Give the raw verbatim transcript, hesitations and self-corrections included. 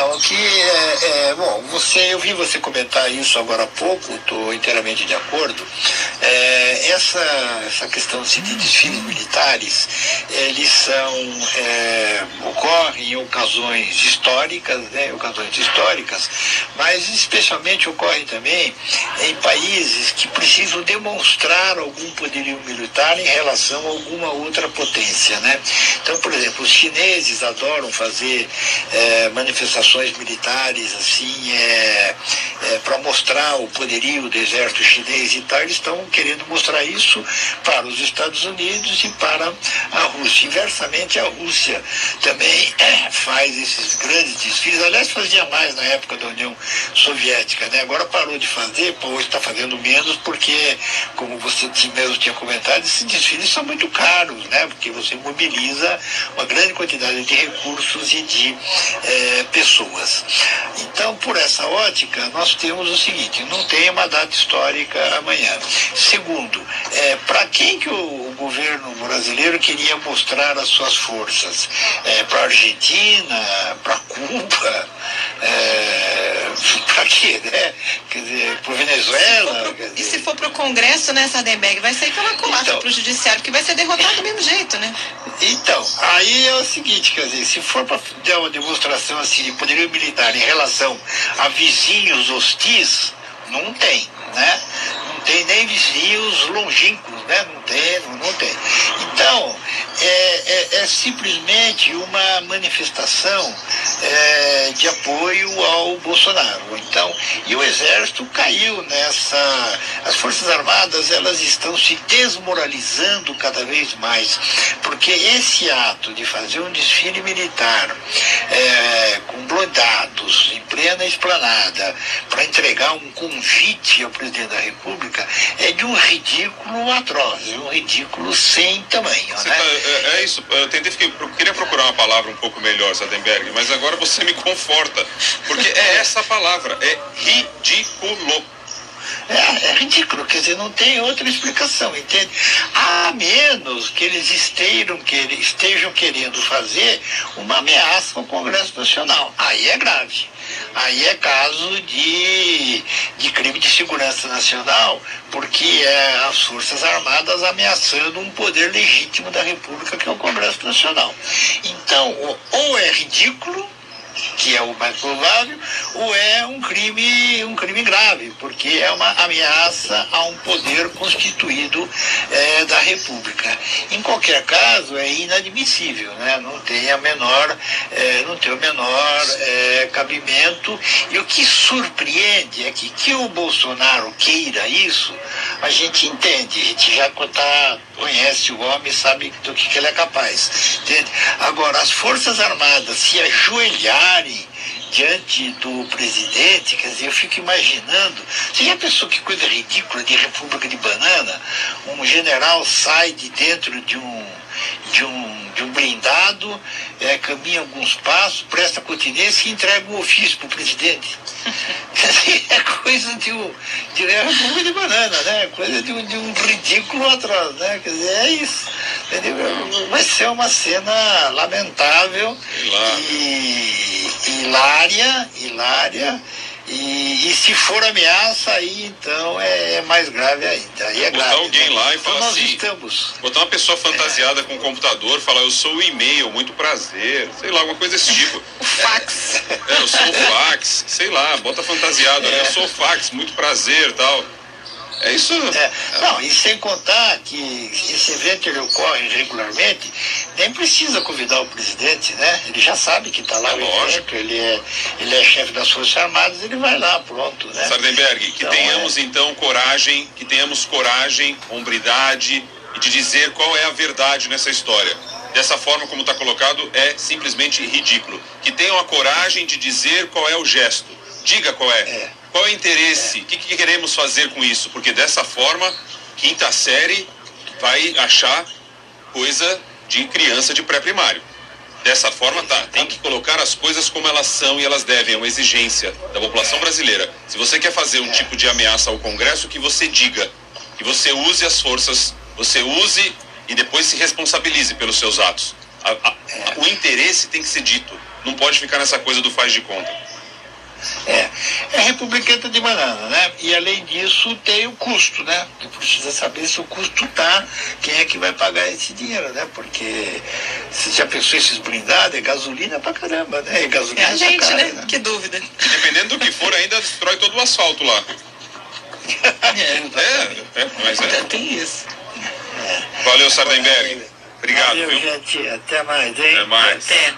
Então, que é, é, bom, você, eu vi você comentar isso agora há pouco, estou inteiramente de acordo. É, essa, essa questão assim, de desfiles militares, eles são, é, ocorrem em ocasiões históricas, né, ocasiões históricas, mas especialmente ocorrem também em países que precisam demonstrar algum poderio militar em relação a alguma outra potência, né? Então, por exemplo, os chineses adoram fazer é, manifestações militares assim, é, é, para mostrar o poderio do exército chinês e tal. Eles estão querendo mostrar isso para os Estados Unidos e para a Rússia. Inversamente, a Rússia também é, faz esses grandes desfiles. Aliás, fazia mais na época da União Soviética, né? Agora parou de fazer, hoje está fazendo menos porque, como você mesmo tinha comentado, esses desfiles são muito caros, né? Porque você mobiliza uma grande quantidade de recursos e de é, pessoas. Então, por essa ótica, nós temos o seguinte: não tem uma data histórica amanhã. Segundo, é, para quem que o, o governo brasileiro queria mostrar as suas forças? É, para a Argentina, para Cuba, é, para quê, né? Quer dizer, para Venezuela? Pro, e se for para o Congresso, né, Sardenberg, vai sair pela culatra então, para o Judiciário, porque vai ser derrotado do mesmo jeito, né? Então, aí é o seguinte, quer dizer, se for para dar uma demonstração assim de poderio militar em relação a vizinhos hostis, não tem, né? Não tem nem vizinhos longínquos, né? Não tem, não, não tem. Então, é, é, é simplesmente uma manifestação é, de apoio ao Bolsonaro. Então, e o Exército caiu nessa... As Forças Armadas, elas estão se desmoralizando cada vez mais, porque esse ato de fazer um desfile militar é, com blindados em plena esplanada para entregar um convite ao presidente da República é de um ridículo atroz, um ridículo sem tamanho, você né? Tá, é, é isso, eu tentei, fiquei, eu queria procurar uma palavra um pouco melhor, Sardenberg, mas agora você me conforta, porque é essa palavra, é ridículo. É, é ridículo, quer dizer, não tem outra explicação, entende? A menos que eles estejam, que eles estejam querendo fazer uma ameaça ao Congresso Nacional. Aí é grave. Aí é caso de, de crime de segurança nacional, porque é as Forças Armadas ameaçando um poder legítimo da República, que é o Congresso Nacional. Então, ou é ridículo, que é o mais provável, ou é um crime, um crime grave, porque é uma ameaça a um poder constituído é, da República. Em qualquer caso, é inadmissível, né? Não tem a menor, é, não tem o menor é, cabimento. E o que surpreende é que que o Bolsonaro queira isso, a gente entende, a gente já tá, conhece o homem, sabe do que, que ele é capaz, entende? Agora, as Forças Armadas se ajoelharem diante do presidente, quer dizer, eu fico imaginando, você já pensou que coisa ridícula de República de Banana? Um general sai de dentro de um, de um, de um blindado, é, caminha alguns passos, presta continência e entrega um ofício para o presidente. Quer dizer, é coisa de um de República de Banana, né? Coisa de um, de um ridículo atrás, né? Quer dizer, é isso. Entendeu? Vai ser uma cena lamentável e hilária, hilária. E, e se for ameaça, aí então é mais grave ainda. Aí é botar grave, alguém né? lá e então falar nós assim, estamos. botar uma pessoa fantasiada é. com um computador, falar eu sou o e-mail, muito prazer, sei lá, alguma coisa desse tipo. O fax. É, eu sou o fax, sei lá, bota fantasiado, né? Eu sou o fax, muito prazer e tal. É isso. É, não, e sem contar que esse evento ele ocorre regularmente, nem precisa convidar o presidente, né? Ele já sabe que está lá é o lógico. evento, ele é, ele é chefe das Forças Armadas, ele vai lá, pronto, né? Sardenberg, que então, tenhamos é... então coragem, que tenhamos coragem, hombridade e de dizer qual é a verdade nessa história. Dessa forma como está colocado, é simplesmente ridículo. Que tenham a coragem de dizer qual é o gesto. Diga qual é. é. Qual é o interesse? O é. que, que queremos fazer com isso? Porque dessa forma, quinta série vai achar coisa de criança de pré-primário. Dessa forma, tá. Tem que colocar as coisas como elas são e elas devem. É uma exigência da população brasileira. Se você quer fazer um tipo de ameaça ao Congresso, que você diga. Que você use as forças, você use e depois se responsabilize pelos seus atos. A, a, a, o interesse tem que ser dito. não pode ficar nessa coisa do faz de conta. É, é republicana de banana, né? E além disso tem o custo, né? Que precisa saber se o custo tá, quem é que vai pagar esse dinheiro, né? Porque se já pensou esses blindados, é gasolina pra caramba, né? É gasolina É a gente, cara, né? né? Que dúvida. E dependendo do que for, ainda destrói todo o asfalto lá. É, é, mas Ainda é. tem isso. Valeu, Sardenberg. Obrigado, Valeu, viu? gente. Até mais, hein? Até mais. Até.